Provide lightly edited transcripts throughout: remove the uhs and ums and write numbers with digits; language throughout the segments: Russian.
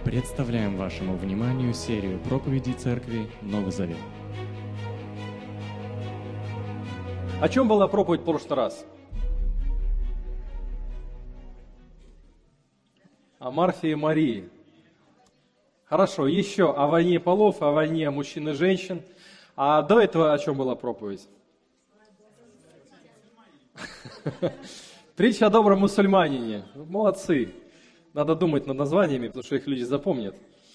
Представляем вашему вниманию серию проповедей Церкви Новый Завет. О чем была проповедь в прошлый раз? О Марфе и Марии. Хорошо, еще о войне полов, о войне мужчин и женщин. А до этого о чем была проповедь? Притча о добром мусульманине. Молодцы. Надо думать над названиями, потому что их люди запомнят.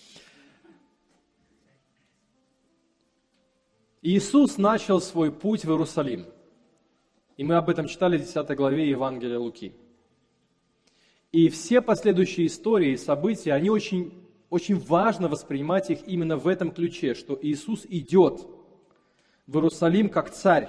Иисус начал свой путь в Иерусалим. И мы об этом читали в 10 главе Евангелия Луки. И все последующие истории и события, они очень важно воспринимать их именно в этом ключе, что Иисус идет в Иерусалим как царь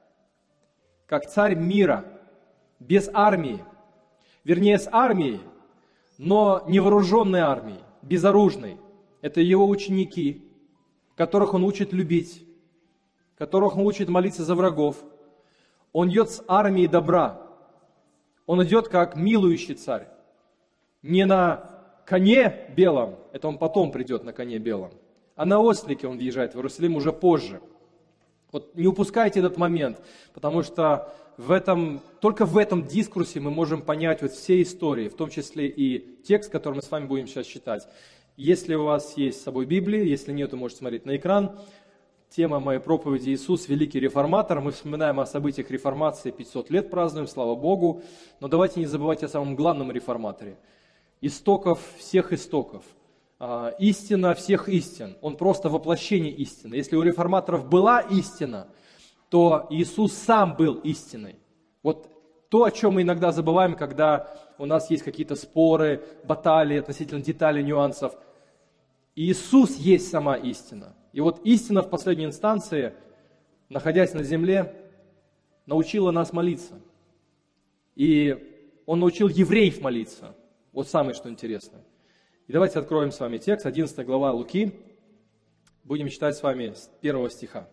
мира, без армии. Вернее, с армией, но невооруженной армией, безоружной. Это его ученики, которых он учит любить, которых он учит молиться за врагов. Он идет с армией добра. Он идет как милующий царь. Не на коне белом, это он потом придет на коне белом, а на ослике он въезжает в Иерусалим уже позже. Вот не упускайте этот момент, потому что только в этом дискурсе мы можем понять вот все истории, в том числе и текст, который мы с вами будем сейчас читать. Если у вас есть с собой Библия, если нет, то можете смотреть на экран. Тема моей проповеди «Иисус – великий реформатор». Мы вспоминаем о событиях реформации, 500 лет празднуем, слава Богу. Но давайте не забывать о самом главном реформаторе. Истоков всех истоков. Истина всех истин. Он просто воплощение истины. Если у реформаторов была истина, то Иисус сам был истиной. Вот то, о чем мы иногда забываем, когда у нас есть какие-то споры, баталии относительно деталей, нюансов. Иисус есть сама истина. И вот истина в последней инстанции, находясь на земле, научила нас молиться. И Он научил евреев молиться. Вот самое, что интересно. И давайте откроем с вами текст, 11 глава Луки. Будем читать с вами с 1 стиха.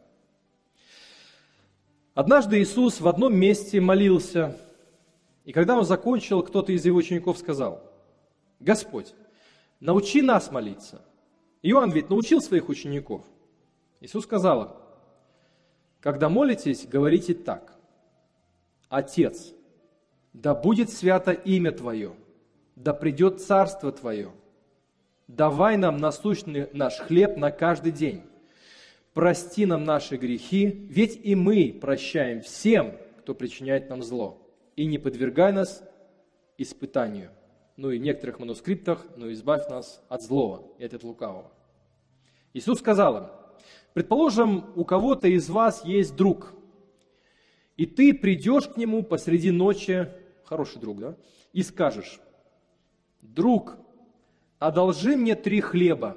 «Однажды Иисус в одном месте молился, и когда Он закончил, кто-то из Его учеников сказал: „Господь, научи нас молиться“». Иоанн ведь научил своих учеников. Иисус сказал им: „Когда молитесь, говорите так: Отец, да будет свято имя Твое, да придет царство Твое. Давай нам насущный наш хлеб на каждый день. Прости нам наши грехи, ведь и мы прощаем всем, кто причиняет нам зло. И не подвергай нас испытанию». Ну и в некоторых манускриптах: «Но избавь нас от злого и от лукавого». Иисус сказал им: «Предположим, у кого-то из вас есть друг, и ты придешь к нему посреди ночи, хороший друг, да, и скажешь: „Друг, одолжи мне 3 хлеба.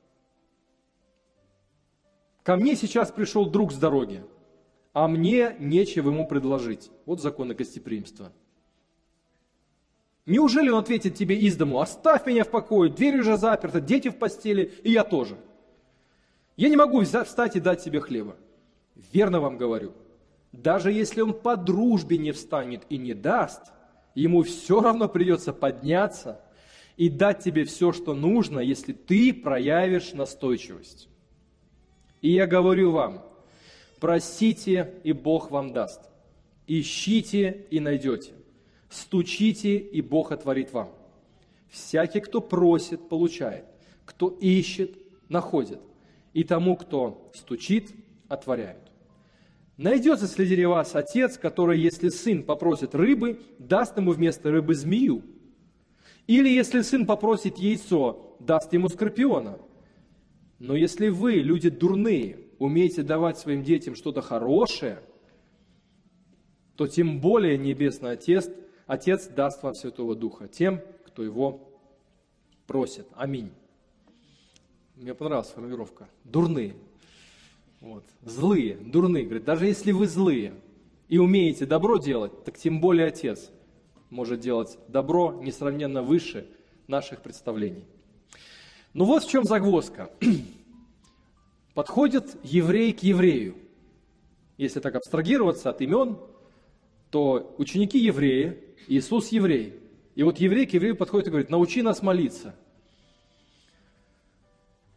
Ко мне сейчас пришел друг с дороги, а мне нечего ему предложить“». Вот законы гостеприимства. Неужели он ответит тебе из дому: „Оставь меня в покое, дверь уже заперта, дети в постели, и я тоже. Я не могу встать и дать тебе хлеба“? Верно вам говорю, даже если он по дружбе не встанет и не даст, ему все равно придется подняться и дать тебе все, что нужно, если ты проявишь настойчивость. И я говорю вам: просите, и Бог вам даст. Ищите, и найдете. Стучите, и Бог отворит вам. Всякий, кто просит, получает. Кто ищет, находит. И тому, кто стучит, отворяют. Найдется среди вас отец, который, если сын попросит рыбы, даст ему вместо рыбы змею. Или если сын попросит яйцо, даст ему скорпиона. Но если вы, люди дурные, умеете давать своим детям что-то хорошее, то тем более Небесный Отец даст вам Святого Духа тем, кто его просит. Аминь. Мне понравилась формулировка. Дурные. Вот. Злые, дурные. Говорит, даже если вы злые и умеете добро делать, так тем более Отец может делать добро несравненно выше наших представлений. Ну вот в чем загвоздка. Подходит еврей к еврею. Если так абстрагироваться от имен, то ученики евреи, Иисус еврей. И вот еврей к еврею подходит и говорит: научи нас молиться.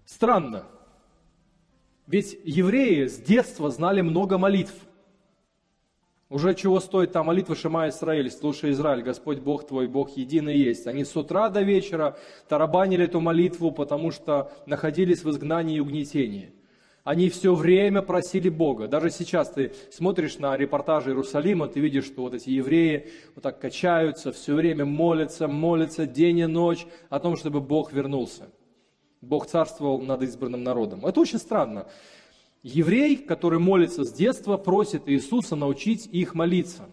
Странно. Ведь евреи с детства знали много молитв. Уже чего стоит та молитва «Шема Исраиль», «Слушай, Израиль, Господь Бог твой, Бог единый есть». Они с утра до вечера тарабанили эту молитву, потому что находились в изгнании и угнетении. Они все время просили Бога. Даже сейчас ты смотришь на репортажи Иерусалима, ты видишь, что вот эти евреи вот так качаются, все время молятся день и ночь о том, чтобы Бог вернулся. Бог царствовал над избранным народом. Это очень странно. Еврей, который молится с детства, просит Иисуса научить их молиться.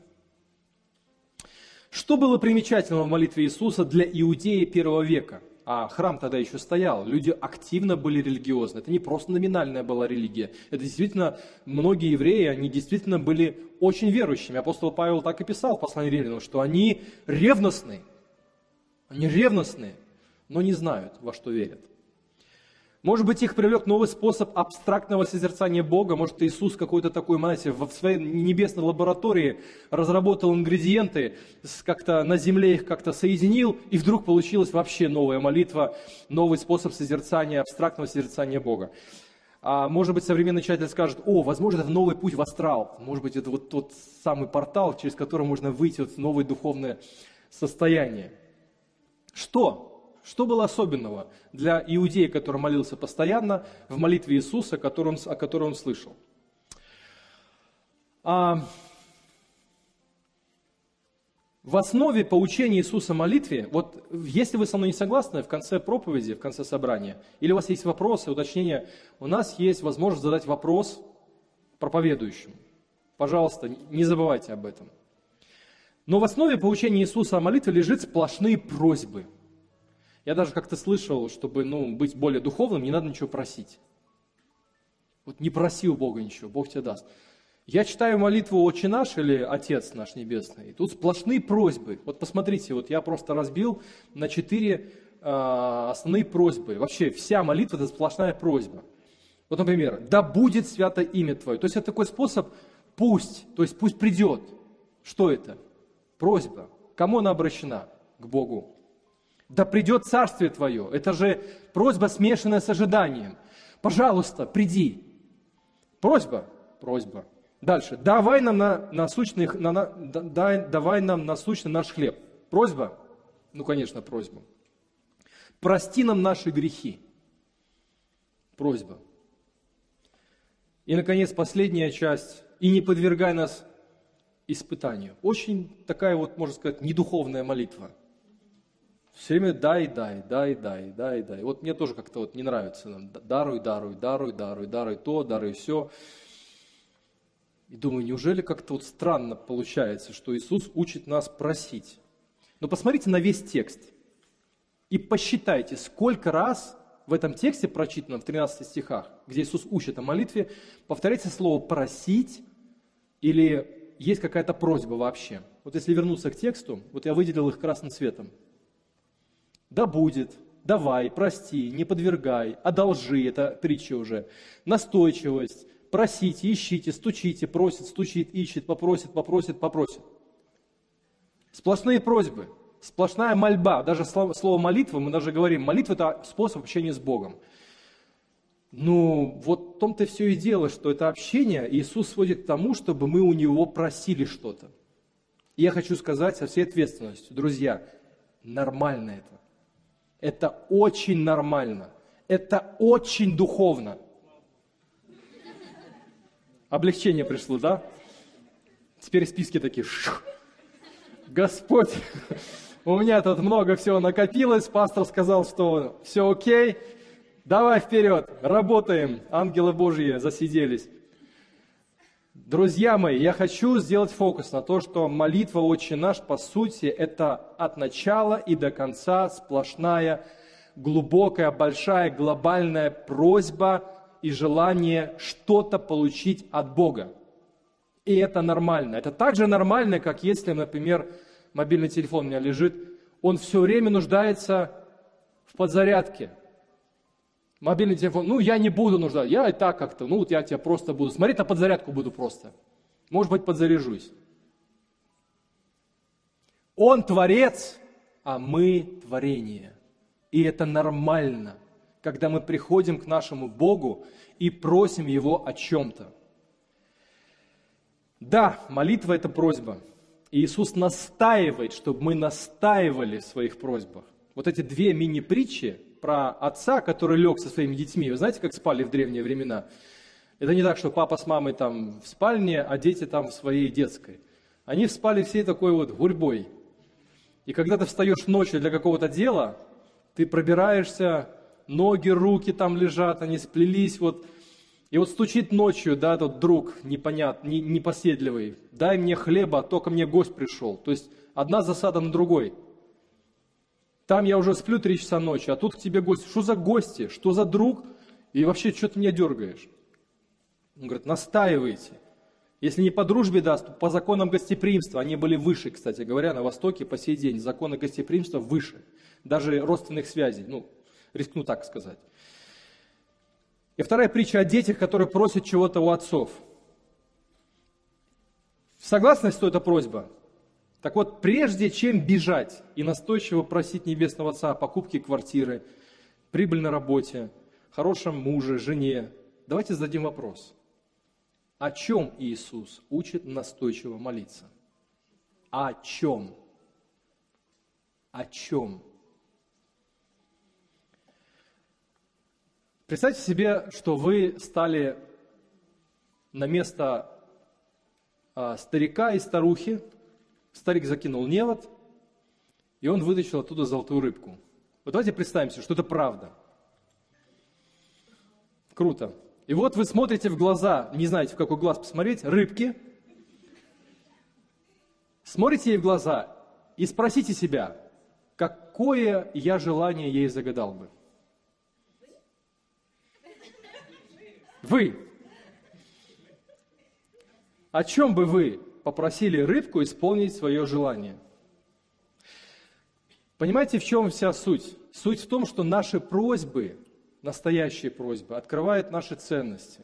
Что было примечательного в молитве Иисуса для иудеи первого века? А храм тогда еще стоял, люди активно были религиозны. Это не просто номинальная была религия. Это действительно, многие евреи, они действительно были очень верующими. Апостол Павел так и писал в послании Римлянам, что они ревностны. Они ревностные, но не знают, во что верят. Может быть, их привлек новый способ абстрактного созерцания Бога. Может, Иисус какой-то такой, знаете, в своей небесной лаборатории разработал ингредиенты, как-то на земле их как-то соединил, и вдруг получилась вообще новая молитва, новый способ созерцания, абстрактного созерцания Бога. А может быть, современный читатель скажет: о, возможно, это новый путь в астрал. Может быть, это вот тот самый портал, через который можно выйти в новое духовное состояние. Что было особенного для иудея, который молился постоянно, в молитве Иисуса, о которой он слышал? В основе поучения Иисуса о молитве, вот если вы со мной не согласны, в конце проповеди, в конце собрания, или у вас есть вопросы, уточнения, у нас есть возможность задать вопрос проповедующему. Пожалуйста, не забывайте об этом. Но в основе поучения Иисуса о молитве лежит сплошные просьбы. Я даже как-то слышал, чтобы быть более духовным, не надо ничего просить. Вот не проси у Бога ничего, Бог тебе даст. Я читаю молитву «Отче наш» или «Отец наш небесный», и тут сплошные просьбы. Вот посмотрите, вот я просто разбил на 4 основные просьбы. Вообще вся молитва – это сплошная просьба. Вот, например, «Да будет свято имя Твое». То есть это такой способ «пусть», то есть «пусть придет». Что это? Просьба. Кому она обращена? К Богу. Да придет царствие Твое. Это же просьба, смешанная с ожиданием. Пожалуйста, приди. Просьба. Дальше. Давай нам насущный наш хлеб. Просьба. Ну, конечно, просьба. Прости нам наши грехи. Просьба. И, наконец, последняя часть. И не подвергай нас испытанию. Очень такая вот, можно сказать, недуховная молитва. Все время дай. Вот мне тоже как-то вот не нравится. Даруй то, даруй все. И думаю, неужели как-то вот странно получается, что Иисус учит нас просить. Но посмотрите на весь текст. И посчитайте, сколько раз в этом тексте, прочитанном в 13 стихах, где Иисус учит о молитве, повторяется слово «просить» или есть какая-то просьба вообще. Вот если вернуться к тексту, вот я выделил их красным цветом. Да будет, давай, прости, не подвергай, одолжи, это притча уже. Настойчивость, просите, ищите, стучите, просит, стучит, ищет, попросит. Сплошные просьбы, сплошная мольба. Даже слово молитва, мы даже говорим, молитва – это способ общения с Богом. Ну, вот в том-то все и дело, что это общение Иисус сводит к тому, чтобы мы у Него просили что-то. И я хочу сказать со всей ответственностью, друзья, нормально это. Это очень нормально. Это очень духовно. Облегчение пришло, да? Теперь списки такие. Господь, у меня тут много всего накопилось. Пастор сказал, что все окей. Давай вперед, работаем. Ангелы Божьи засиделись. Друзья мои, я хочу сделать фокус на то, что молитва «Отче наш» по сути это от начала и до конца сплошная, глубокая, большая, глобальная просьба и желание что-то получить от Бога. И это нормально. Это так же нормально, как если, например, мобильный телефон у меня лежит, он все время нуждается в подзарядке. Мобильный телефон, я не буду нуждаться, я и так как-то, вот я тебя просто буду, смотреть на подзарядку буду просто. Может быть, подзаряжусь. Он творец, а мы творение. И это нормально. когда мы приходим к нашему Богу и просим Его о чем-то. Да, молитва – это просьба. И Иисус настаивает, чтобы мы настаивали в своих просьбах. Вот эти две мини-притчи про отца, который лег со своими детьми. Вы знаете, как спали в древние времена? Это не так, что папа с мамой там в спальне, а дети там в своей детской. Они спали всей такой вот гурьбой. И когда ты встаешь ночью для какого-то дела, ты пробираешься, ноги, руки там лежат, они сплелись вот. И вот стучит ночью, да, тот друг непонятный, непоседливый, дай мне хлеба, а то ко мне гость пришел. То есть одна засада на другой. Там я уже сплю 3 часа ночи, а тут к тебе гость. Что за гости? Что за друг? И вообще, что ты меня дергаешь? Он говорит, настаивайте. Если не по дружбе даст, то по законам гостеприимства. Они были выше, кстати говоря, на Востоке по сей день. Законы гостеприимства выше. Даже родственных связей. Рискну так сказать. И вторая притча о детях, которые просят чего-то у отцов. Согласны, что это просьба? Так вот, прежде чем бежать и настойчиво просить Небесного Отца о покупке квартиры, прибыль на работе, хорошем муже, жене, давайте зададим вопрос. О чем Иисус учит настойчиво молиться? О чем? О чем? Представьте себе, что вы стали на место старика и старухи. Старик закинул невод, и он вытащил оттуда золотую рыбку. Вот давайте представим себе, что это правда. Круто. И вот вы смотрите в глаза, не знаете, в какой глаз посмотреть, рыбки. Смотрите ей в глаза и спросите себя, какое я желание ей загадал бы. Вы. О чем бы вы попросили рыбку исполнить свое желание? Понимаете, в чем вся суть? Суть в том, что наши просьбы, настоящие просьбы, открывают наши ценности.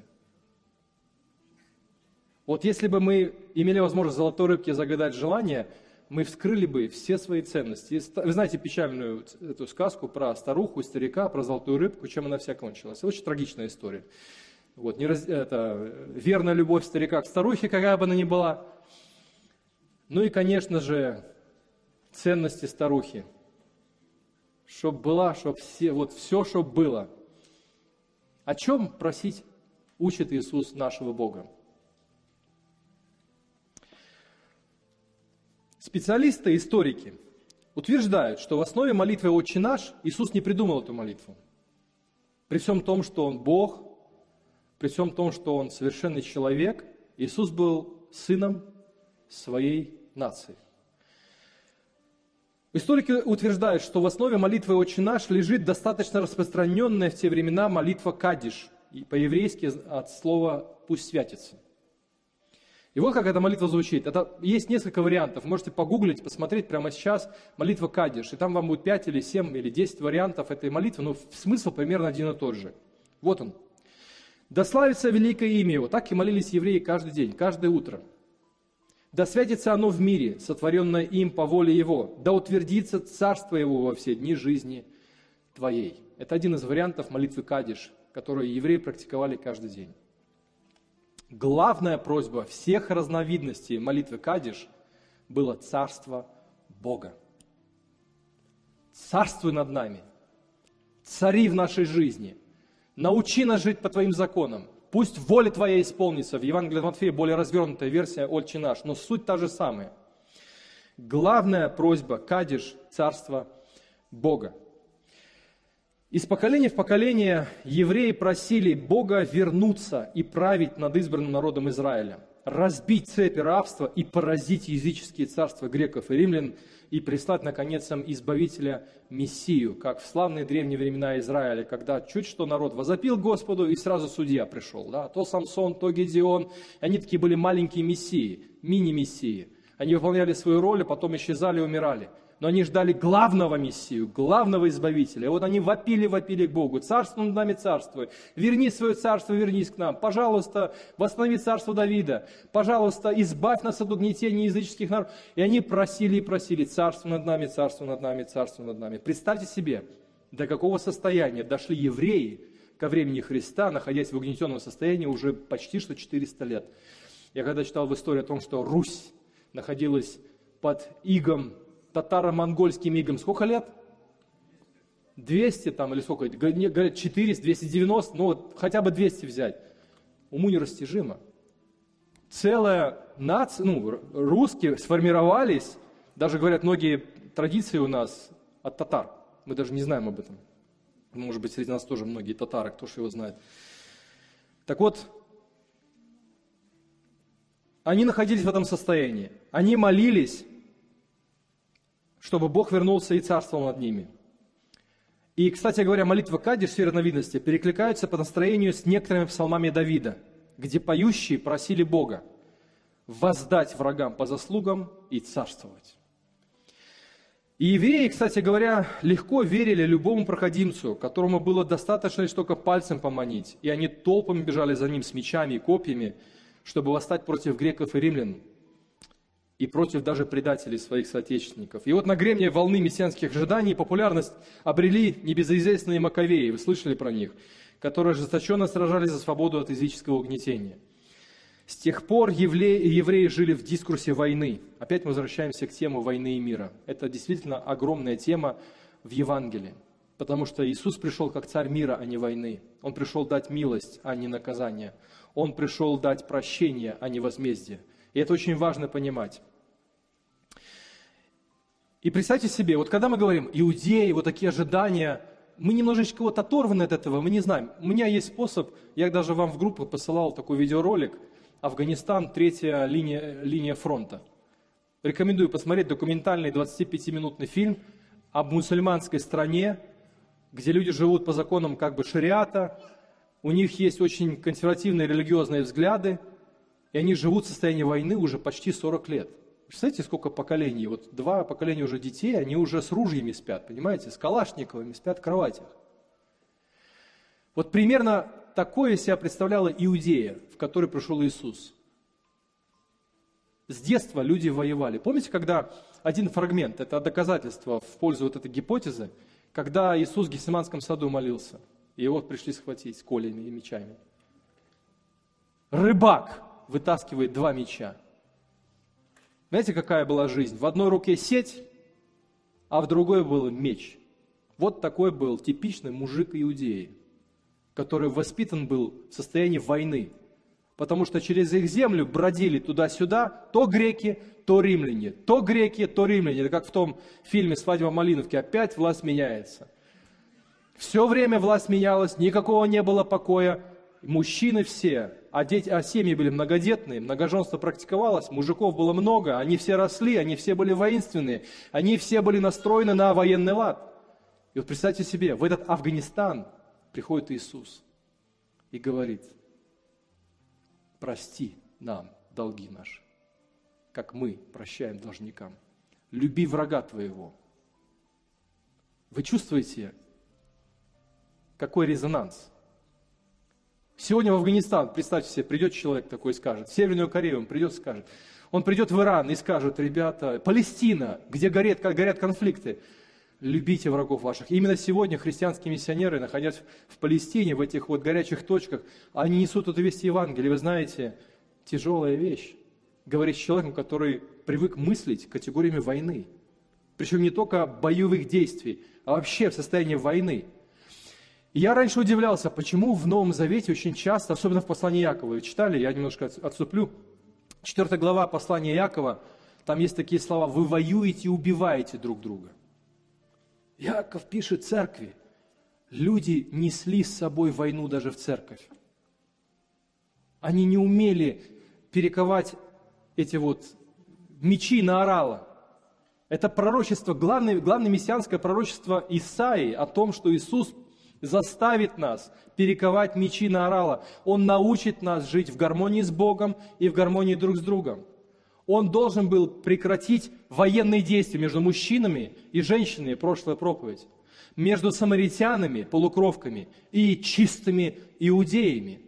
Вот если бы мы имели возможность золотой рыбке загадать желание, мы вскрыли бы все свои ценности. Вы знаете печальную эту сказку про старуху и старика, про золотую рыбку, чем она вся кончилась. Это очень трагичная история. Вот, верная любовь старика к старухе, какая бы она ни была. Ну и, конечно же, ценности старухи. Чтоб была, чтоб все, чтоб было. О чем просить учит Иисус нашего Бога? Специалисты, историки утверждают, что в основе молитвы «Отче наш» Иисус не придумал эту молитву. При всем том, что Он Бог, при всем том, что Он совершенный человек, Иисус был сыном своей нации. Историки утверждают, что в основе молитвы «Отче наш» лежит достаточно распространенная в те времена молитва «Кадиш», по-еврейски от слова «пусть святится». И вот как эта молитва звучит. Есть несколько вариантов. Можете погуглить, посмотреть прямо сейчас молитва «Кадиш». И там вам будет 5 или 7 или 10 вариантов этой молитвы, но смысл примерно один и тот же. Вот он. «Да славится великое имя Его». Так и молились евреи каждый день, каждое утро. «Да святится оно в мире, сотворенное им по воле Его. Да утвердится царство Его во все дни жизни твоей». Это один из вариантов молитвы «Кадиш», которую евреи практиковали каждый день. Главная просьба всех разновидностей молитвы «Кадиш» было царство Бога. Царствуй над нами, цари в нашей жизни, научи нас жить по Твоим законам. Пусть воля Твоя исполнится. В Евангелии от Матфея более развернутая версия «Отче наш», но суть та же самая. Главная просьба «Кадиш» – царство Бога. Из поколения в поколение евреи просили Бога вернуться и править над избранным народом Израиля, разбить цепи рабства и поразить языческие царства греков и римлян и прислать, наконец, им избавителя Мессию, как в славные древние времена Израиля, когда чуть что народ возопил Господу, и сразу судья пришел. Да? То Самсон, то Гедеон. Они такие были маленькие мессии, мини-мессии. Они выполняли свою роль, а потом исчезали и умирали. Но они ждали главного Мессию, главного Избавителя. И вот они вопили к Богу. Царство над нами царствуй. Верни свое царство, вернись к нам. Пожалуйста, восстанови царство Давида. Пожалуйста, избавь нас от угнетения языческих народов. И они просили и просили. Царство над нами, царство над нами, царство над нами. Представьте себе, До какого состояния дошли евреи ко времени Христа, находясь в угнетенном состоянии уже почти что 400 лет. Я когда читал в истории о том, что Русь находилась под игом, татаро-монгольским игом, сколько лет? 200 там или сколько? Говорят 400, 290, ну вот хотя бы 200 взять. Уму нерастяжимо. Целая нация, русские сформировались, даже говорят, многие традиции у нас от татар. Мы даже не знаем об этом. Может быть, среди нас тоже многие татары, кто ж его знает. Так вот, они находились в этом состоянии. Они молились, чтобы Бог вернулся и царствовал над ними. И, кстати говоря, молитва Кадиш в разновидности перекликаются по настроению с некоторыми псалмами Давида, где поющие просили Бога воздать врагам по заслугам и царствовать. И евреи, кстати говоря, легко верили любому проходимцу, которому было достаточно лишь только пальцем поманить, и они толпами бежали за ним с мечами и копьями, чтобы восстать против греков и римлян, и против даже предателей своих соотечественников. И вот на гребне волны мессианских ожиданий популярность обрели небезызвестные Маковеи, вы слышали про них, которые ожесточенно сражались за свободу от языческого угнетения. С тех пор евреи жили в дискурсе войны. Опять мы возвращаемся к теме войны и мира. Это действительно огромная тема в Евангелии, потому что Иисус пришел как царь мира, а не войны. Он пришел дать милость, а не наказание. Он пришел дать прощение, а не возмездие. И это очень важно понимать. И представьте себе, вот когда мы говорим иудеи, вот такие ожидания, мы немножечко вот оторваны от этого, мы не знаем. У меня есть способ, я даже вам в группу посылал такой видеоролик, Афганистан, третья линия фронта. Рекомендую посмотреть документальный 25-минутный фильм об мусульманской стране, где люди живут по законам как бы шариата, у них есть очень консервативные религиозные взгляды, и они живут в состоянии войны уже почти 40 лет. Представляете, сколько поколений? Вот 2 поколения уже детей, они уже с ружьями спят, понимаете, с калашниковыми спят в кроватях. Вот примерно такое себя представляла Иудея, в которой пришел Иисус. С детства люди воевали. Помните, когда один фрагмент, это доказательство в пользу вот этой гипотезы, когда Иисус в Гефсиманском саду молился, и его пришли схватить с колями и мечами. Рыбак вытаскивает 2 меча. Знаете, какая была жизнь? В одной руке сеть, а в другой был меч. Вот такой был типичный мужик Иудеи, который воспитан был в состоянии войны. Потому что через их землю бродили туда-сюда то греки, то римляне. То греки, то римляне. Это как в том фильме «Свадьба в Малиновке». Опять власть меняется. Все время власть менялась, никакого не было покоя. Мужчины все, а семьи были многодетные, многоженство практиковалось, мужиков было много, они все росли, они все были воинственные, они все были настроены на военный лад. И вот представьте себе, в этот Афганистан приходит Иисус и говорит: прости нам долги наши, как мы прощаем должникам. Люби врага твоего. Вы чувствуете, какой резонанс? Сегодня в Афганистан, представьте себе, придет человек такой и скажет, в Северную Корею он придет и скажет, он придет в Иран и скажет: ребята, Палестина, где горят конфликты, любите врагов ваших. И именно сегодня христианские миссионеры, находясь в Палестине, в этих вот горячих точках, они несут эту весть Евангелия. Вы знаете, тяжелая вещь. Говорить с человеком, который привык мыслить категориями войны. Причем не только боевых действий, а вообще в состоянии войны. И я раньше удивлялся, почему в Новом Завете очень часто, особенно в послании Иакова, вы читали, я немножко отступлю, 4 глава послания Иакова, там есть такие слова: «Вы воюете и убиваете друг друга». Иаков пишет церкви, люди несли с собой войну даже в церковь. Они не умели перековать эти вот мечи на орала. Это пророчество, главное мессианское пророчество Исаии о том, что Иисус заставит нас перековать мечи на орала. Он научит нас жить в гармонии с Богом и в гармонии друг с другом. Он должен был прекратить военные действия между мужчинами и женщинами, прошлая проповедь, между самаритянами, полукровками и чистыми иудеями.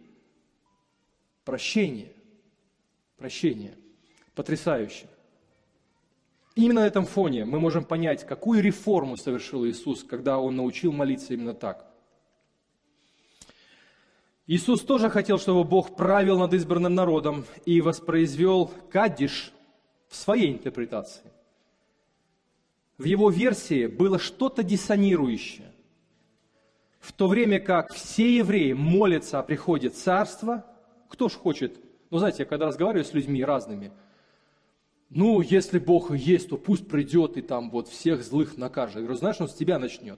Прощение. Потрясающе. Именно на этом фоне мы можем понять, какую реформу совершил Иисус, когда Он научил молиться именно так. Иисус тоже хотел, чтобы Бог правил над избранным народом и воспроизвел каддиш в своей интерпретации. В его версии было что-то диссонирующее. В то время как все евреи молятся о приходе царства, кто ж хочет, знаете, я когда разговариваю с людьми разными, если Бог и есть, то пусть придет и там всех злых накажет. Я говорю, знаешь, Он с тебя начнет.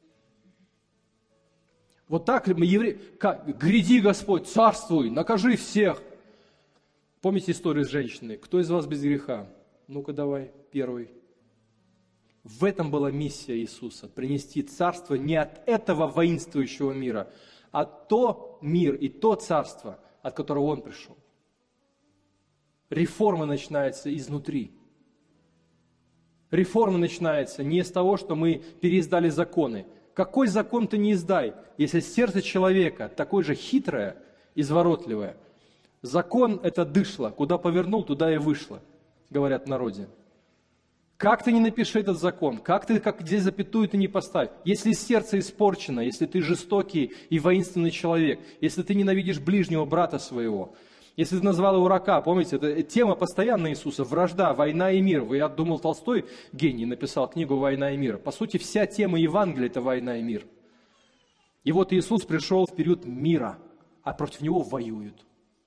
Вот так мы евреи, гряди, Господь, царствуй, накажи всех. Помните историю с женщиной? Кто из вас без греха? Ну-ка давай, первый. В этом была миссия Иисуса, принести царство не от этого воинствующего мира, а то мир и то царство, от которого Он пришел. Реформа начинается изнутри. Реформа начинается не с того, что мы переиздали законы. Какой закон ты не издай, если сердце человека такое же хитрое, изворотливое? Закон – это дышло, куда повернул, туда и вышло, говорят в народе. Как ты не напиши этот закон, как здесь запятую ты не поставь, если сердце испорчено, если ты жестокий и воинственный человек, если ты ненавидишь ближнего брата своего, если ты назвал его рака, помните, это тема постоянно Иисуса, вражда, война и мир. Я думал, Толстой, гений, написал книгу «Война и мир». По сути, вся тема Евангелия – это война и мир. И вот Иисус пришел в период мира, а против Него воюют.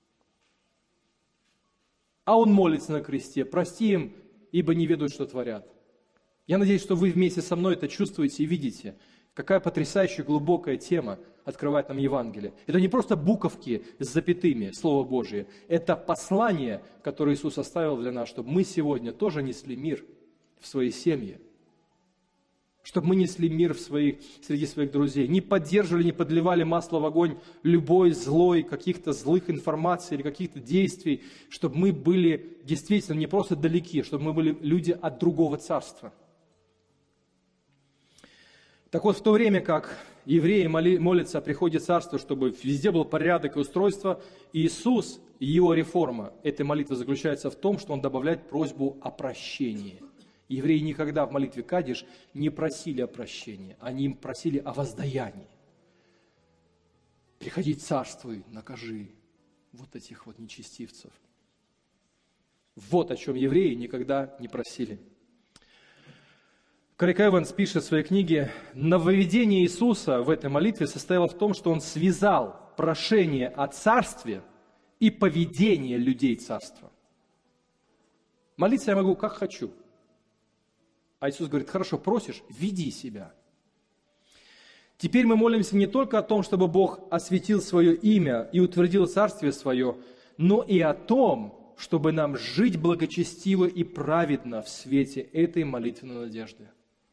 А Он молится на кресте, прости им, ибо не ведают, что творят. Я надеюсь, что вы вместе со мной это чувствуете и видите. Какая потрясающая глубокая тема открывает нам Евангелие. Это не просто буковки с запятыми, Слово Божие. Это послание, которое Иисус оставил для нас, чтобы мы сегодня тоже несли мир в своей семье. Чтобы мы несли мир среди своих друзей. Не поддерживали, не подливали масло в огонь любой злой, каких-то злых информаций или каких-то действий. Чтобы мы были действительно не просто далеки, чтобы мы были люди от другого царства. Так вот, в то время как евреи молятся о приходе царства, чтобы везде был порядок и устройство, Иисус и Его реформа этой молитвы заключается в том, что Он добавляет просьбу о прощении. Евреи никогда в молитве Кадиш не просили о прощении, они им просили о воздаянии. Приходи, царствуй, накажи вот этих нечестивцев. Вот о чем евреи никогда не просили. Крейг Эванс пишет в своей книге, нововведение Иисуса в этой молитве состояло в том, что Он связал прошение о царстве и поведение людей царства. Молиться я могу как хочу. А Иисус говорит, хорошо, просишь, веди себя. Теперь мы молимся не только о том, чтобы Бог осветил свое имя и утвердил царствие свое, но и о том, чтобы нам жить благочестиво и праведно в свете этой молитвенной надежды.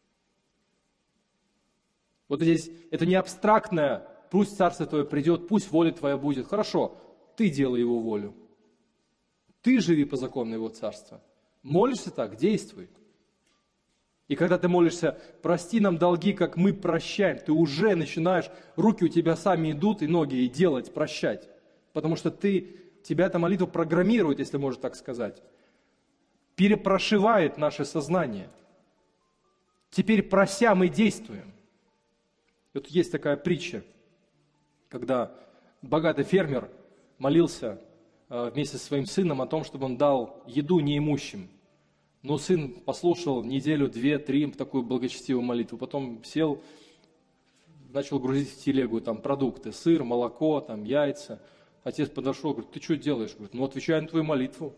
Вот здесь это не абстрактное, пусть царство Твое придет, пусть воля Твоя будет. Хорошо, ты делай Его волю. Ты живи по закону Его царства. Молишься так, действуй. И когда ты молишься, прости нам долги, как мы прощаем, ты уже начинаешь, руки у тебя сами идут и ноги, и делать, прощать. Потому что тебя эта молитва программирует, если можно так сказать. Перепрошивает наше сознание. Теперь прося мы действуем. Вот есть такая притча, когда богатый фермер молился вместе со своим сыном о том, чтобы он дал еду неимущим. Но сын послушал неделю, 2, 3 такую благочестивую молитву. Потом сел, начал грузить в телегу там продукты, сыр, молоко, там, яйца. Отец подошел, говорит, ты что делаешь? Говорит, отвечаю на твою молитву.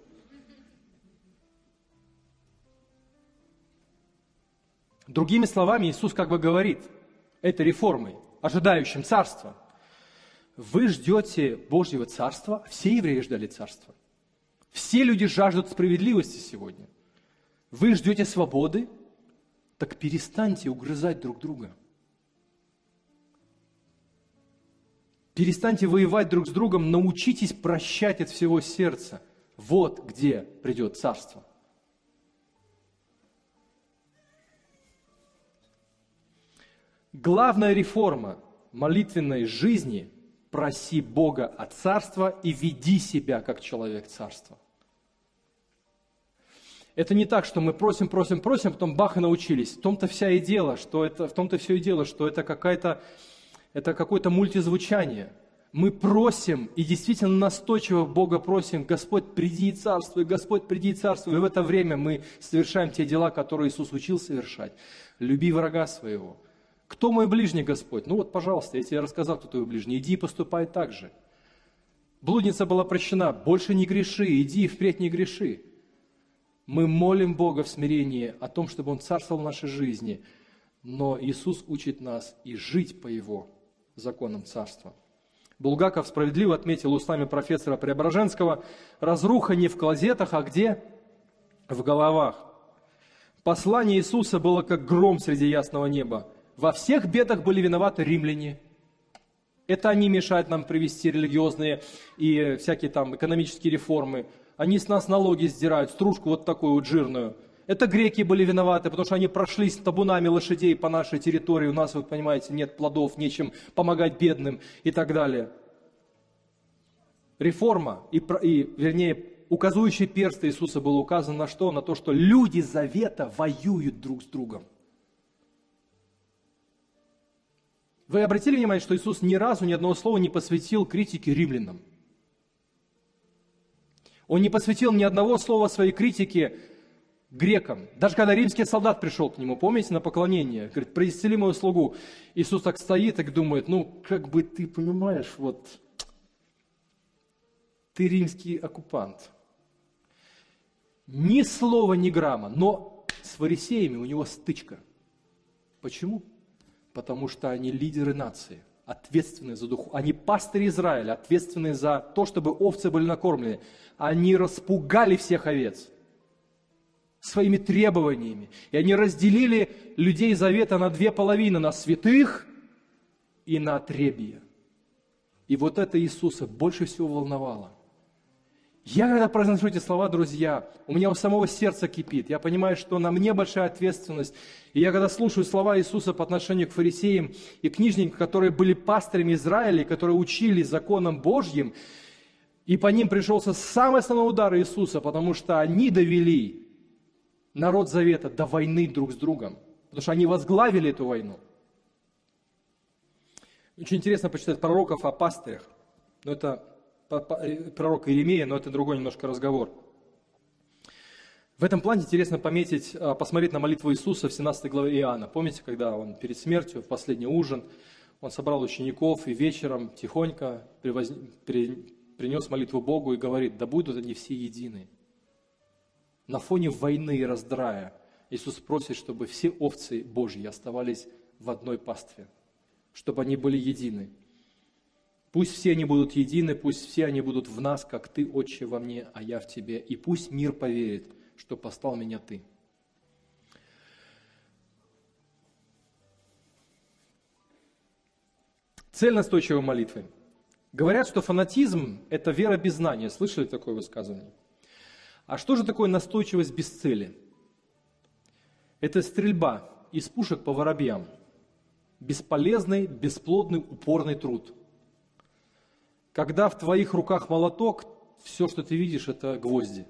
Другими словами, Иисус как бы говорит этой реформой, ожидающим царства. Вы ждете Божьего царства, все евреи ждали царства. Все люди жаждут справедливости сегодня. Вы ждете свободы, так перестаньте угрызать друг друга. Перестаньте воевать друг с другом, научитесь прощать от всего сердца. Вот где придет царство. Главная реформа молитвенной жизни – проси Бога от царства и веди себя как человек царства. Это не так, что мы просим, потом бах и научились. В том-то все и дело, что это какое-то мультизвучание. Мы просим и действительно настойчиво Бога просим: Господь, приди и царствуй, Господь, приди и царствуй. И в это время мы совершаем те дела, которые Иисус учил совершать. Люби врага своего. Кто мой ближний, Господь? Ну вот, пожалуйста, я тебе рассказал, кто твой ближний. Иди и поступай так же. Блудница была прощена. Больше не греши, иди и впредь не греши. Мы молим Бога в смирении о том, чтобы Он царствовал в нашей жизни. Но Иисус учит нас и жить по Его законам царства. Булгаков справедливо отметил устами профессора Преображенского: разруха не в клозетах, а где? В головах. Послание Иисуса было как гром среди ясного неба. Во всех бедах были виноваты римляне. Это они мешают нам привести религиозные и всякие там экономические реформы. Они с нас налоги сдирают, стружку вот такую вот жирную. Это греки были виноваты, потому что они прошлись табунами лошадей по нашей территории. У нас, вы понимаете, нет плодов, нечем помогать бедным и так далее. Реформа, вернее, указующий перст Иисуса был указан на что? На то, что люди завета воюют друг с другом. Вы обратили внимание, что Иисус ни разу ни одного слова не посвятил критике римлянам? Он не посвятил ни одного слова своей критике грекам. Даже когда римский солдат пришел к нему, помните, на поклонение, говорит: «Исцели мою слугу». Иисус так стоит и думает: ну, как бы ты понимаешь, вот, ты римский оккупант. Ни слова, ни грамма, но с фарисеями у него стычка. Почему? Потому что они лидеры нации, ответственные за духу. Они пастыри Израиля, ответственные за то, чтобы овцы были накормлены. Они распугали всех овец своими требованиями. И они разделили людей завета на две половины: на святых и на отребья. И вот это Иисуса больше всего волновало. Я, когда произношу эти слова, друзья, у меня у самого сердца кипит. Я понимаю, что на мне большая ответственность. И я, когда слушаю слова Иисуса по отношению к фарисеям и книжникам, которые были пастырями Израиля, которые учили законам Божьим, и по ним пришелся самый основной удар Иисуса, потому что они довели народ завета до войны друг с другом, потому что они возглавили эту войну. Очень интересно почитать пророков о пастырях. Но это пророк Иеремия, но это другой немножко разговор. В этом плане интересно посмотреть на молитву Иисуса в 17 главе Иоанна. Помните, когда он перед смертью, в последний ужин, он собрал учеников и вечером тихонько принес молитву Богу и говорит: да будут они все едины. На фоне войны и раздрая Иисус просит, чтобы все овцы Божьи оставались в одной пастве, чтобы они были едины. Пусть все они будут едины, пусть все они будут в нас, как Ты, Отче, во мне, а я в Тебе. И пусть мир поверит, что послал меня Ты. Цель настойчивой молитвы. Говорят, что фанатизм – это вера без знания. Слышали такое высказывание? А что же такое настойчивость без цели? Это стрельба из пушек по воробьям. Бесполезный, бесплодный, упорный труд. Когда в твоих руках молоток, все, что ты видишь, это гвозди.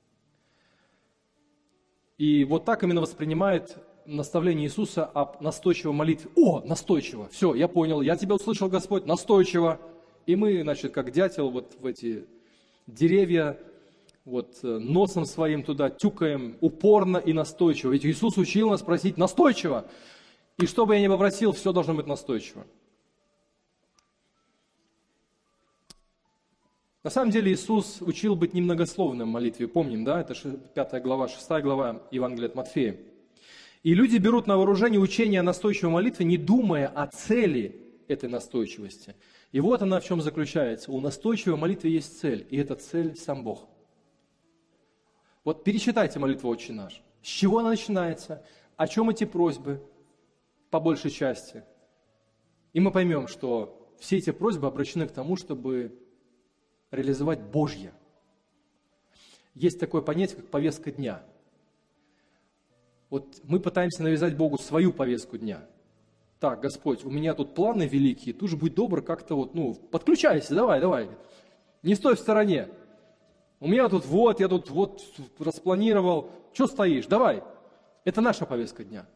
И вот так именно воспринимает наставление Иисуса об настойчивой молитве. О, настойчиво, все, я понял, я тебя услышал, Господь, настойчиво. И мы, значит, как дятел, вот в эти деревья, вот носом своим туда тюкаем упорно и настойчиво. Ведь Иисус учил нас просить настойчиво. И что бы я ни попросил, все должно быть настойчиво. На самом деле Иисус учил быть немногословным в молитве. Помним, да? Это 5 глава, 6 глава Евангелия от Матфея. И люди берут на вооружение учение о настойчивой молитве, не думая о цели этой настойчивости. И вот она в чем заключается. У настойчивой молитвы есть цель, и эта цель – сам Бог. Вот перечитайте молитву «Отче наш». С чего она начинается? О чем эти просьбы? По большей части. И мы поймем, что все эти просьбы обращены к тому, чтобы реализовать Божье. Есть такое понятие, как повестка дня. Вот мы пытаемся навязать Богу свою повестку дня. Так, Господь, у меня тут планы великие, ты же будь добр, как-то вот, подключайся, давай. Не стой в стороне. У меня тут вот, я тут вот распланировал. Что стоишь? Давай. Это наша повестка дня.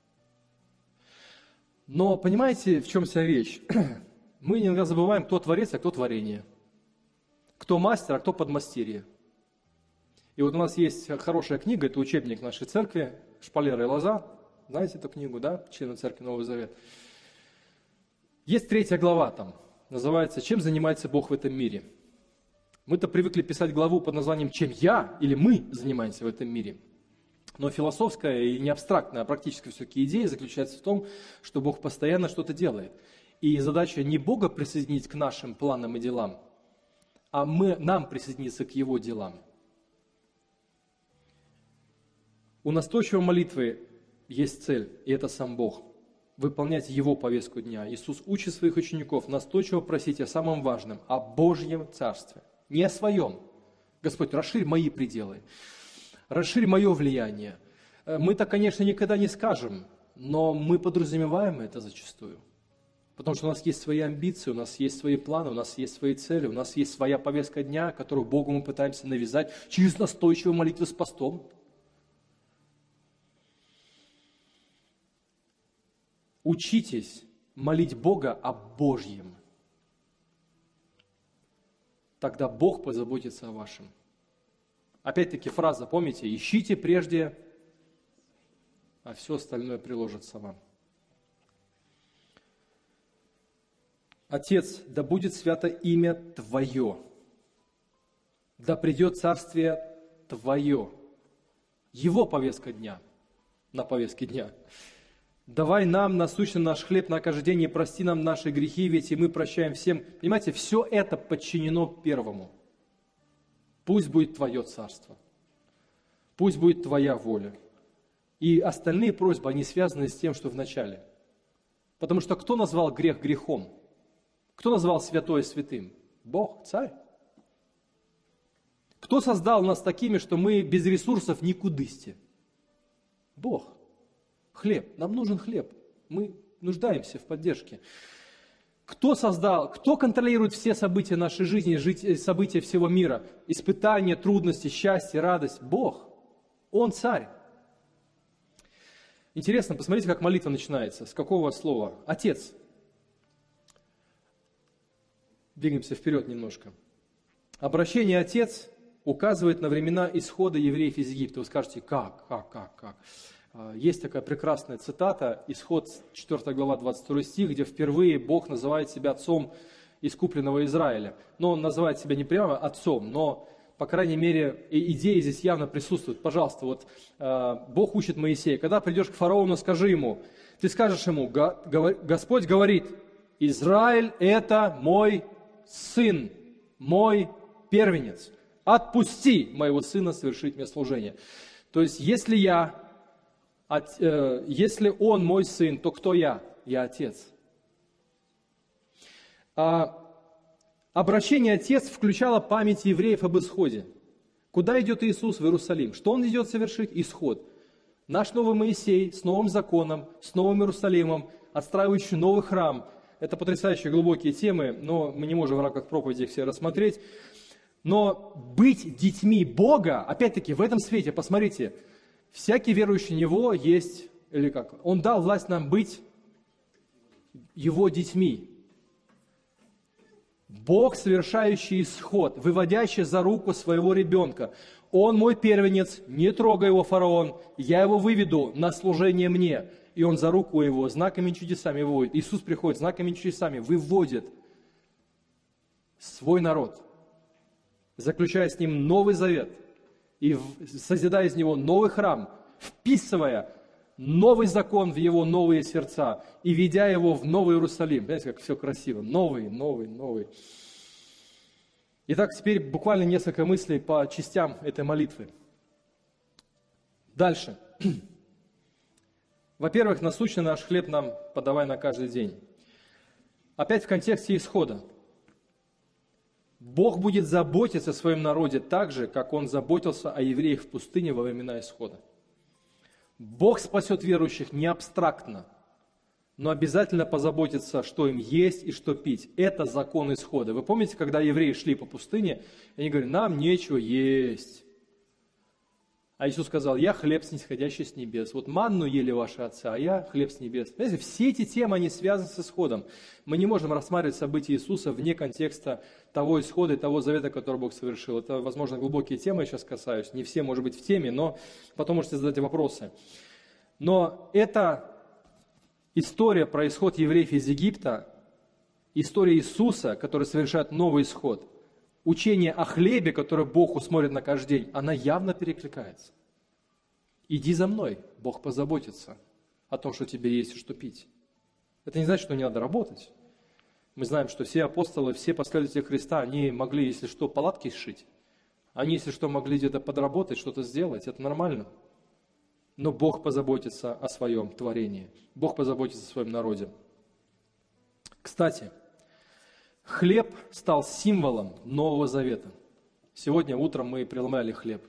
Но понимаете, в чем вся вещь? Мы иногда забываем, кто творец, а кто творение. Кто мастер, а кто подмастерье. И вот у нас есть хорошая книга, это учебник нашей церкви, «Шпалера и лоза». Знаете эту книгу, да? Члены церкви Новый Завет. Есть 3 глава там, называется «Чем занимается Бог в этом мире?». Мы-то привыкли писать главу под названием «Чем я или мы занимаемся в этом мире?». Но философская и не абстрактная, а практическая все-таки идея заключается в том, что Бог постоянно что-то делает. И задача не Бога присоединить к нашим планам и делам, а нам присоединиться к Его делам. У настойчивой молитвы есть цель, и это сам Бог. Выполнять Его повестку дня. Иисус учит своих учеников настойчиво просить о самом важном, о Божьем Царстве. Не о своем. Господь, расширь мои пределы, расширь мое влияние. Мы-то, конечно, никогда не скажем, но мы подразумеваем это зачастую. Потому что у нас есть свои амбиции, у нас есть свои планы, у нас есть свои цели, у нас есть своя повестка дня, которую Богу мы пытаемся навязать через настойчивую молитву с постом. Учитесь молить Бога о Божьем. Тогда Бог позаботится о вашем. Опять-таки фраза, помните, ищите прежде, а все остальное приложится вам. Отец, да будет свято имя Твое, да придет царствие Твое. Его повестка дня, на повестке дня. Давай нам насущный наш хлеб на каждый день и прости нам наши грехи, ведь и мы прощаем всем. Понимаете, все это подчинено первому. Пусть будет Твое царство, пусть будет Твоя воля. И остальные просьбы, они связаны с тем, что в начале. Потому что кто назвал грех грехом? Кто назвал святое святым? Бог, Царь. Кто создал нас такими, что мы без ресурсов никудысти? Бог. Хлеб. Нам нужен хлеб. Мы нуждаемся в поддержке. Кто создал, кто контролирует все события нашей жизни, события всего мира? Испытания, трудности, счастье, радость. Бог. Он Царь. Интересно, посмотрите, как молитва начинается. С какого слова? Отец. Двигаемся вперед немножко. Обращение «Отец» указывает на времена исхода евреев из Египта. Вы скажете, как? Есть такая прекрасная цитата, исход 4 глава 22 стих, где впервые Бог называет себя отцом искупленного Израиля. Но он называет себя не прямо отцом, но, по крайней мере, идея здесь явно присутствует. Пожалуйста, вот Бог учит Моисея, когда придешь к фараону, скажи ему, ты скажешь ему, Господь говорит, Израиль это мой сын, мой первенец. Отпусти моего сына совершить мне служение. То есть, если он мой сын, то кто я? Я отец. Обращение «Отец» включало память евреев об исходе. Куда идет Иисус в Иерусалим? Что Он идет совершить? Исход. Наш новый Моисей с новым законом, с новым Иерусалимом, отстраивающий новый храм. Это потрясающие глубокие темы, но мы не можем в рамках проповеди их все рассмотреть. Но быть детьми Бога, опять-таки, в этом свете, посмотрите, всякий верующий в Него есть, или как, Он дал власть нам быть Его детьми. Бог, совершающий исход, выводящий за руку своего ребенка. Он мой первенец, не трогай его, фараон, я его выведу на служение мне. И он за руку его знаками и чудесами выводит. Иисус приходит, знаками и чудесами выводит свой народ, заключая с ним новый завет и созидая из него новый храм, вписывая новый закон в его новые сердца и ведя его в Новый Иерусалим. Знаете, как все красиво. Новый. Итак, теперь буквально несколько мыслей по частям этой молитвы. Дальше. Во-первых, насущный наш хлеб нам подавай на каждый день. Опять в контексте исхода. Бог будет заботиться о своем народе так же, как Он заботился о евреях в пустыне во времена исхода. Бог спасет верующих не абстрактно, но обязательно позаботиться, что им есть и что пить. Это закон исхода. Вы помните, когда евреи шли по пустыне, они говорили, нам нечего есть. А Иисус сказал, я хлеб, снисходящий с небес. Вот манну ели ваши отцы, а я хлеб с небес. Знаете, все эти темы, они связаны с исходом. Мы не можем рассматривать события Иисуса вне контекста того исхода и того завета, который Бог совершил. Это, возможно, глубокие темы, я сейчас касаюсь. Не все, может быть, в теме, но потом можете задать вопросы. Но это история про исход евреев из Египта, история Иисуса, который совершает новый исход. Учение о хлебе, которое Бог усмотрит на каждый день, она явно перекликается. Иди за мной, Бог позаботится о том, что тебе есть и что пить. Это не значит, что не надо работать. Мы знаем, что все апостолы, все последователи Христа, они могли, если что, палатки сшить. Они, если что, могли где-то подработать, что-то сделать. Это нормально. Но Бог позаботится о своем творении. Бог позаботится о своем народе. Кстати, хлеб стал символом Нового Завета. Сегодня утром мы преломляли хлеб.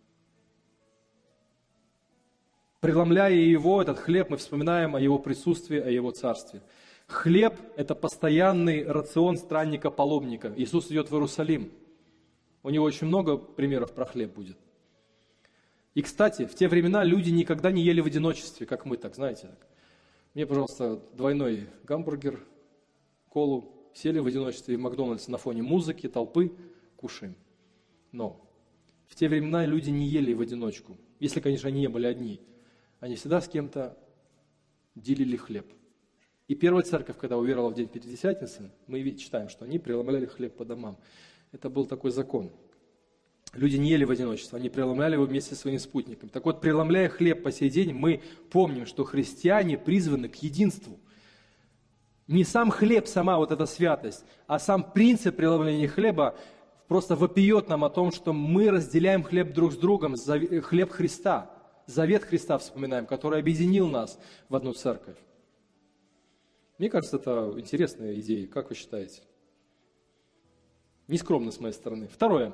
Преломляя его, этот хлеб, мы вспоминаем о его присутствии, о его царстве. Хлеб – это постоянный рацион странника-паломника. Иисус идет в Иерусалим. У него очень много примеров про хлеб будет. И, кстати, в те времена люди никогда не ели в одиночестве, как мы, так, знаете. Мне, пожалуйста, двойной гамбургер, колу. Сели в одиночестве в Макдональдс на фоне музыки, толпы, кушаем. Но в те времена люди не ели в одиночку. Если, конечно, они не были одни. Они всегда с кем-то делили хлеб. И первая церковь, когда уверовала в день Пятидесятницы, мы читаем, что они преломляли хлеб по домам. Это был такой закон. Люди не ели в одиночестве, они преломляли его вместе со своими спутниками. Так вот, преломляя хлеб по сей день, мы помним, что христиане призваны к единству. Не сам хлеб, сама вот эта святость, а сам принцип преломления хлеба просто вопиет нам о том, что мы разделяем хлеб друг с другом, хлеб Христа, завет Христа вспоминаем, который объединил нас в одну церковь. Мне кажется, это интересная идея. Как вы считаете? Нескромно с моей стороны. Второе.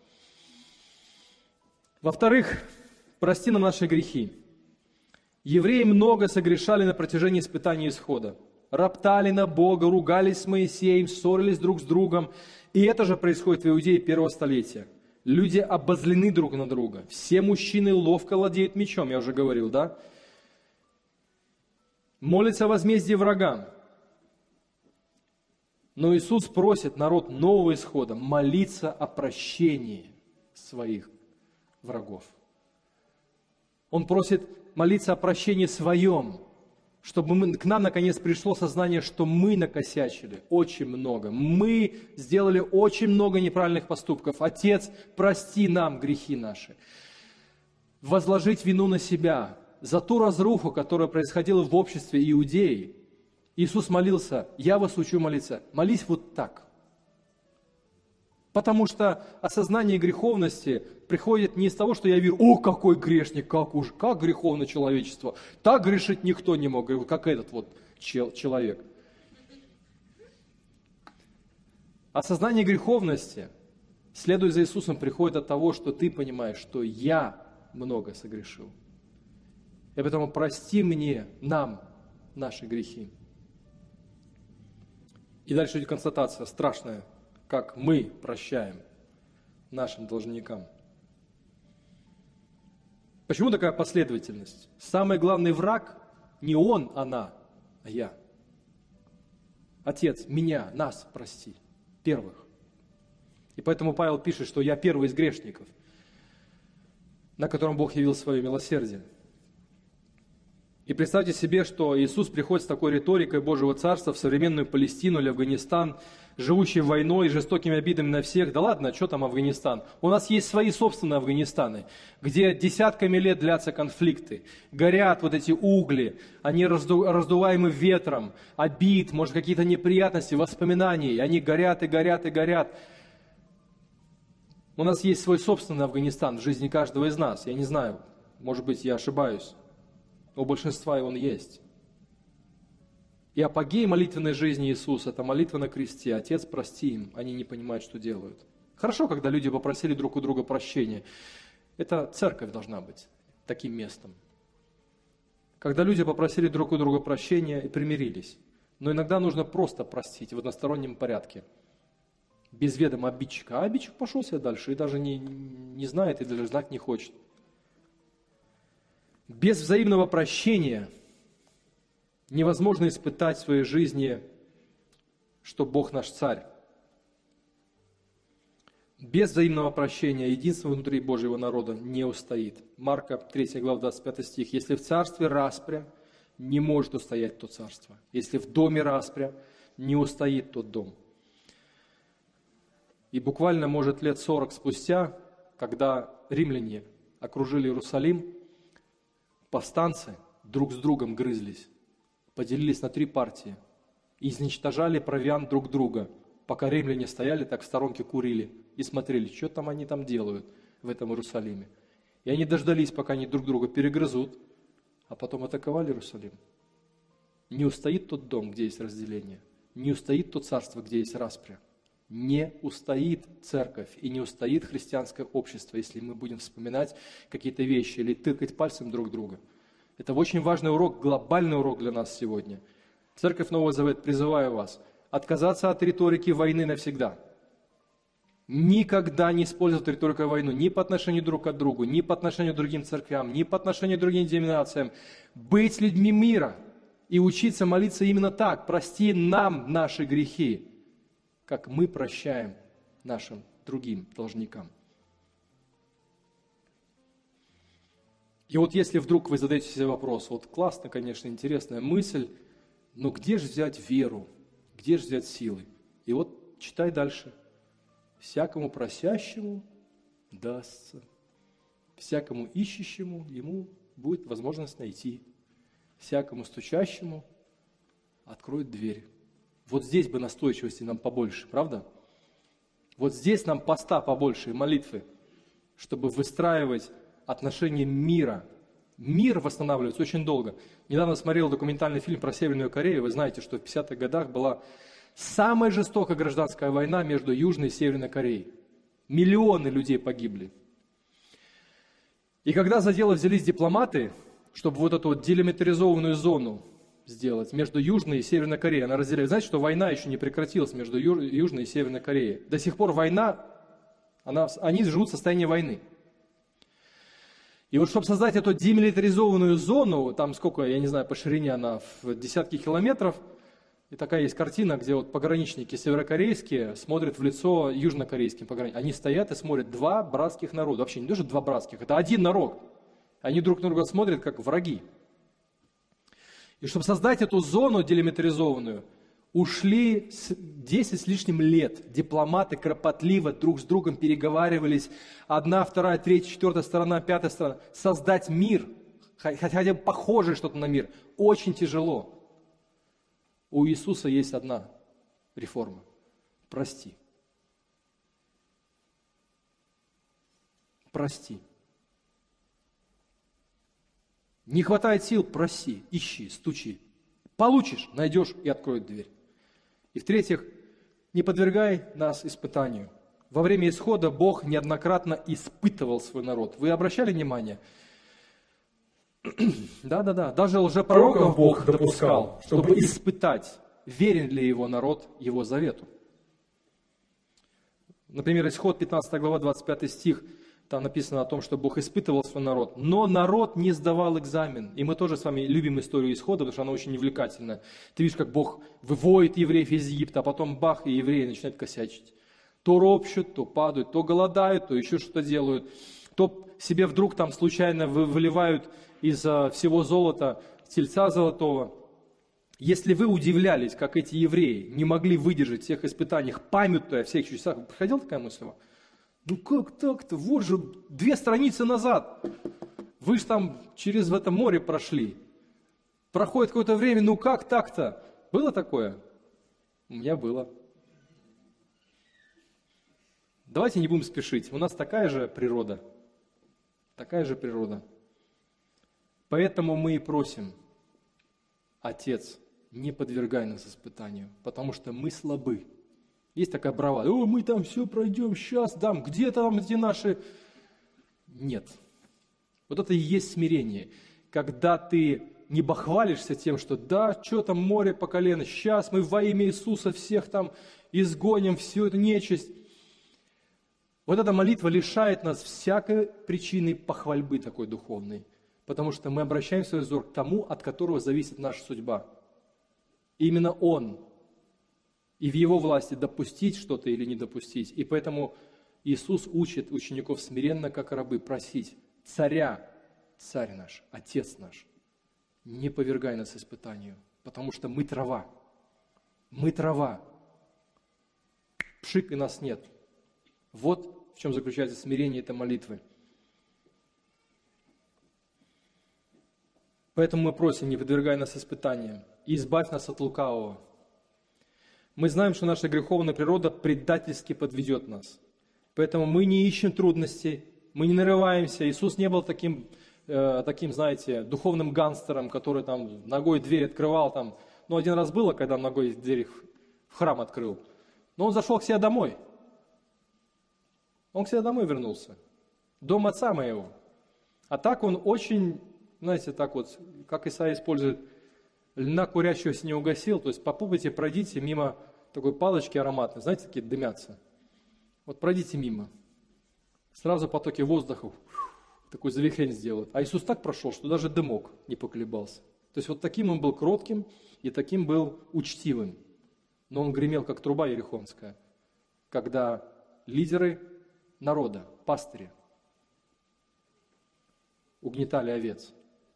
Во-вторых, прости нам наши грехи. Евреи много согрешали на протяжении испытаний исхода. Роптали на Бога, ругались с Моисеем, ссорились друг с другом. И это же происходит в Иудее первого столетия. Люди обозлены друг на друга. Все мужчины ловко владеют мечом, я уже говорил, да? Молятся о возмездии врагам. Но Иисус просит народ нового исхода молиться о прощении своих врагов. Он просит молиться о прощении своем, чтобы к нам наконец пришло сознание, что мы накосячили очень много. Мы сделали очень много неправильных поступков. Отец, прости нам грехи наши. Возложить вину на себя за ту разруху, которая происходила в обществе иудеи. Иисус молился, я вас учу молиться, молись вот так. Потому что осознание греховности приходит не из того, что я верю, о, какой грешник, как греховно человечество. Так грешить никто не мог, как этот вот человек. Осознание греховности, следуя за Иисусом, приходит от того, что ты понимаешь, что я много согрешил. И поэтому прости мне, нам, наши грехи. И дальше идет констатация страшная, как мы прощаем нашим должникам. Почему такая последовательность? Самый главный враг не он, она, а я. Отец, меня, нас прости, первых. И поэтому Павел пишет, что я первый из грешников, на котором Бог явил свое милосердие. И представьте себе, что Иисус приходит с такой риторикой Божьего Царства в современную Палестину или Афганистан, живущий войной и жестокими обидами на всех. Да ладно, что там Афганистан? У нас есть свои собственные Афганистаны, где десятками лет длятся конфликты, горят вот эти угли, они раздуваемы ветром, обид, может, какие-то неприятности, воспоминаний, они горят и горят и горят. У нас есть свой собственный Афганистан в жизни каждого из нас. Я не знаю, может быть, я ошибаюсь. У большинства он есть. И апогей молитвенной жизни Иисуса – это молитва на кресте. Отец, прости им, они не понимают, что делают. Хорошо, когда люди попросили друг у друга прощения. Это церковь должна быть таким местом. когда люди попросили друг у друга прощения и примирились. Но иногда нужно просто простить в одностороннем порядке, без ведома обидчика. А обидчик пошел себе дальше и даже не знает, и даже знать не хочет. Без взаимного прощения невозможно испытать в своей жизни, что Бог наш царь. Без взаимного прощения единство внутри Божьего народа не устоит. Марка 3 глава 25 стих. Если в царстве распря, не может устоять то царство. Если в доме распря, не устоит тот дом. И буквально, может, лет 40 спустя, когда римляне окружили Иерусалим, повстанцы друг с другом грызлись, поделились на 3 партии и изничтожали провиант друг друга, пока римляне стояли так в сторонке курили и смотрели, что там они там делают в этом Иерусалиме. И они дождались, пока они друг друга перегрызут, а потом атаковали Иерусалим. Не устоит тот дом, где есть разделение, не устоит то царство, где есть распря. Не устоит церковь и не устоит христианское общество, если мы будем вспоминать какие-то вещи или тыкать пальцем друг друга. Это очень важный урок, глобальный урок для нас сегодня. Церковь Нового Завета, призываю вас отказаться от риторики войны навсегда. Никогда не использовать риторику войны ни по отношению друг к другу, ни по отношению к другим церквям, ни по отношению к другим деноминациям. Быть людьми мира и учиться молиться именно так. Прости нам наши грехи, как мы прощаем нашим другим должникам. И вот если вдруг вы задаете себе вопрос, вот классно, конечно, интересная мысль, но где же взять веру, где же взять силы? И вот читай дальше. Всякому просящему дастся, всякому ищущему ему будет возможность найти, всякому стучащему откроет дверь. Вот здесь бы настойчивости нам побольше, правда? Вот здесь нам поста побольше и молитвы, чтобы выстраивать отношения мира. Мир восстанавливается очень долго. Недавно смотрел документальный фильм про Северную Корею. Вы знаете, что в 50-х годах была самая жестокая гражданская война между Южной и Северной Кореей. Миллионы людей погибли. И когда за дело взялись дипломаты, чтобы вот эту вот делимитаризованную зону сделать между Южной и Северной Кореей, она разделяет. Знаете, что война еще не прекратилась между Южной и Северной Кореей. До сих пор война, они живут в состоянии войны. И вот чтобы создать эту демилитаризованную зону, там сколько, я не знаю, по ширине она в десятки километров, и такая есть картина, где вот пограничники северокорейские смотрят в лицо южнокорейским пограничникам. Они стоят и смотрят 2 братских народа. Вообще не даже 2 братских, это один народ. Они друг на друга смотрят как враги. И чтобы создать эту зону делимитаризованную, ушли 10 с лишним лет. Дипломаты кропотливо друг с другом переговаривались. 1, 2, 3, 4 сторона, 5 сторона. Создать мир, хотя бы похожее что-то на мир, очень тяжело. У Иисуса есть одна реформа. Прости. Прости. Не хватает сил, проси, ищи, стучи. Получишь, найдешь и откроет дверь. И в-третьих, не подвергай нас испытанию. Во время исхода Бог неоднократно испытывал свой народ. Вы обращали внимание? Да. Даже лжепророков Бог допускал, чтобы испытать, верен ли его народ его завету. Например, Исход 15 глава 25 стих. Там написано о том, что Бог испытывал свой народ. Но народ не сдавал экзамен. И мы тоже с вами любим историю Исхода, потому что она очень увлекательная. Ты видишь, как Бог выводит евреев из Египта, а потом бах, и евреи начинают косячить. То ропщут, то падают, то голодают, то еще что-то делают. То себе вдруг там случайно выливают из всего золота тельца золотого. Если вы удивлялись, как эти евреи не могли выдержать всех испытаний, памятуя о всех чудесах, приходила такая мысль? Ну как так-то? Вот же 2 страницы назад. Вы же там через это море прошли. Проходит какое-то время, ну как так-то? Было такое? У меня было. Давайте не будем спешить. У нас такая же природа. Такая же природа. Поэтому мы и просим, Отец, не подвергай нас испытанию, потому что мы слабы. Есть такая бравада, мы там все пройдем, сейчас дам, где там эти наши... Нет. Вот это и есть смирение. Когда ты не бахвалишься тем, что да, что там море по колено, сейчас мы во имя Иисуса всех там изгоним, всю эту нечисть. Вот эта молитва лишает нас всякой причины похвальбы такой духовной, потому что мы обращаем свой взор к тому, от которого зависит наша судьба. И именно Он, и в Его власти допустить что-то или не допустить. И поэтому Иисус учит учеников смиренно, как рабы, просить царя, царь наш, отец наш, не повергай нас испытанию, потому что мы трава. Мы трава. Пшик, и нас нет. Вот в чем заключается смирение этой молитвы. Поэтому мы просим, не подвергай нас испытаниям и избавь нас от лукавого. Мы знаем, что наша греховная природа предательски подведет нас. Поэтому мы не ищем трудностей, мы не нарываемся. Иисус не был таким, знаете, духовным гангстером, который там ногой дверь открывал. Там. Ну, один раз было, когда он ногой дверь в храм открыл. Но он зашел к себе домой. Он к себе домой вернулся. Дом отца моего. А так он очень, знаете, так вот, как Исаия использует, льна курящегося не угасил. То есть попробуйте, пройдите мимо такой палочки ароматной. Знаете, такие дымятся. Вот пройдите мимо. Сразу потоки воздуха такой завихрень сделают. А Иисус так прошел, что даже дымок не поколебался. То есть вот таким он был кротким и таким был учтивым. Но он гремел, как труба ерихонская, когда лидеры народа, пастыри, угнетали овец.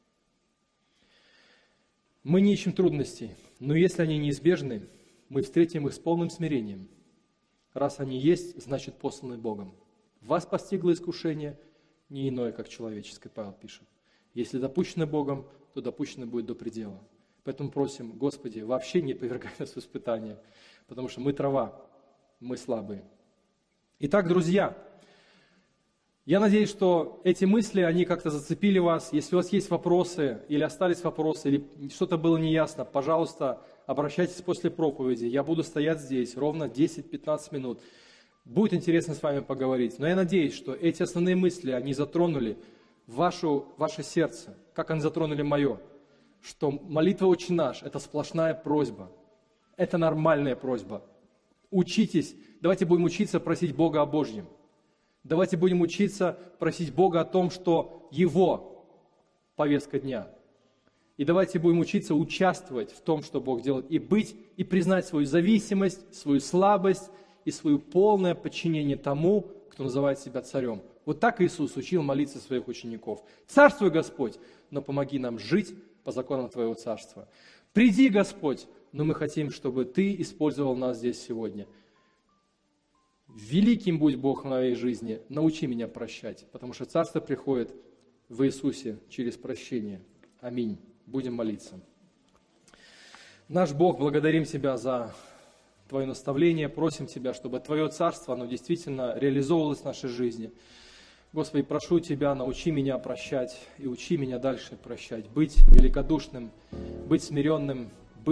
Мы не ищем трудностей, но если они неизбежны, мы встретим их с полным смирением. Раз они есть, значит посланы Богом. Вас постигло искушение, не иное, как человеческое, Павел пишет. Если допущено Богом, то допущено будет до предела. Поэтому просим, Господи, вообще не повергай нас в испытания, потому что мы трава, мы слабые. Итак, друзья, я надеюсь, что эти мысли, они как-то зацепили вас. Если у вас есть вопросы, или остались вопросы, или что-то было неясно, пожалуйста, обращайтесь после проповеди. Я буду стоять здесь ровно 10-15 минут. Будет интересно с вами поговорить. Но я надеюсь, что эти основные мысли, они затронули ваше сердце, как они затронули мое. Что молитва «Отче наш» – это сплошная просьба. Это нормальная просьба. Учитесь, давайте будем учиться просить Бога о Божьем. Давайте будем учиться просить Бога о том, что Его повестка дня. И давайте будем учиться участвовать в том, что Бог делает, и быть, и признать свою зависимость, свою слабость и свое полное подчинение тому, кто называет себя царем. Вот так Иисус учил молиться своих учеников. «Царствуй, Господь, но помоги нам жить по законам Твоего Царства. Приди, Господь, но мы хотим, чтобы Ты использовал нас здесь сегодня. Великим будь Бог в моей жизни, научи меня прощать, потому что Царство приходит в Иисусе через прощение. Аминь. Будем молиться. Наш Бог, благодарим Тебя за Твое наставление, просим Тебя, чтобы Твое Царство, оно действительно реализовывалось в нашей жизни. Господи, прошу Тебя, научи меня прощать и учи меня дальше прощать, быть великодушным, быть смиренным,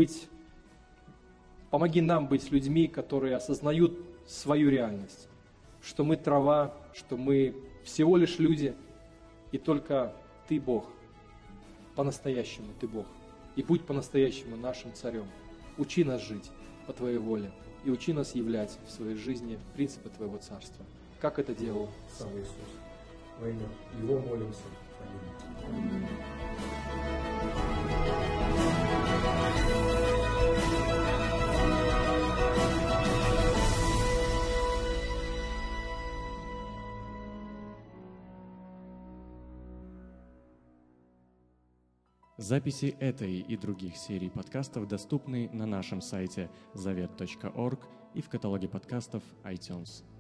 помоги нам быть людьми, которые осознают свою реальность, что мы трава, что мы всего лишь люди, и только Ты Бог, по-настоящему Ты Бог, и будь по-настоящему нашим царем. Учи нас жить по Твоей воле и учи нас являть в своей жизни принципы Твоего Царства, как это делал сам Иисус. Во имя Его молимся. Аминь. Записи этой и других серий подкастов доступны на нашем сайте завет.орг и в каталоге подкастов iTunes.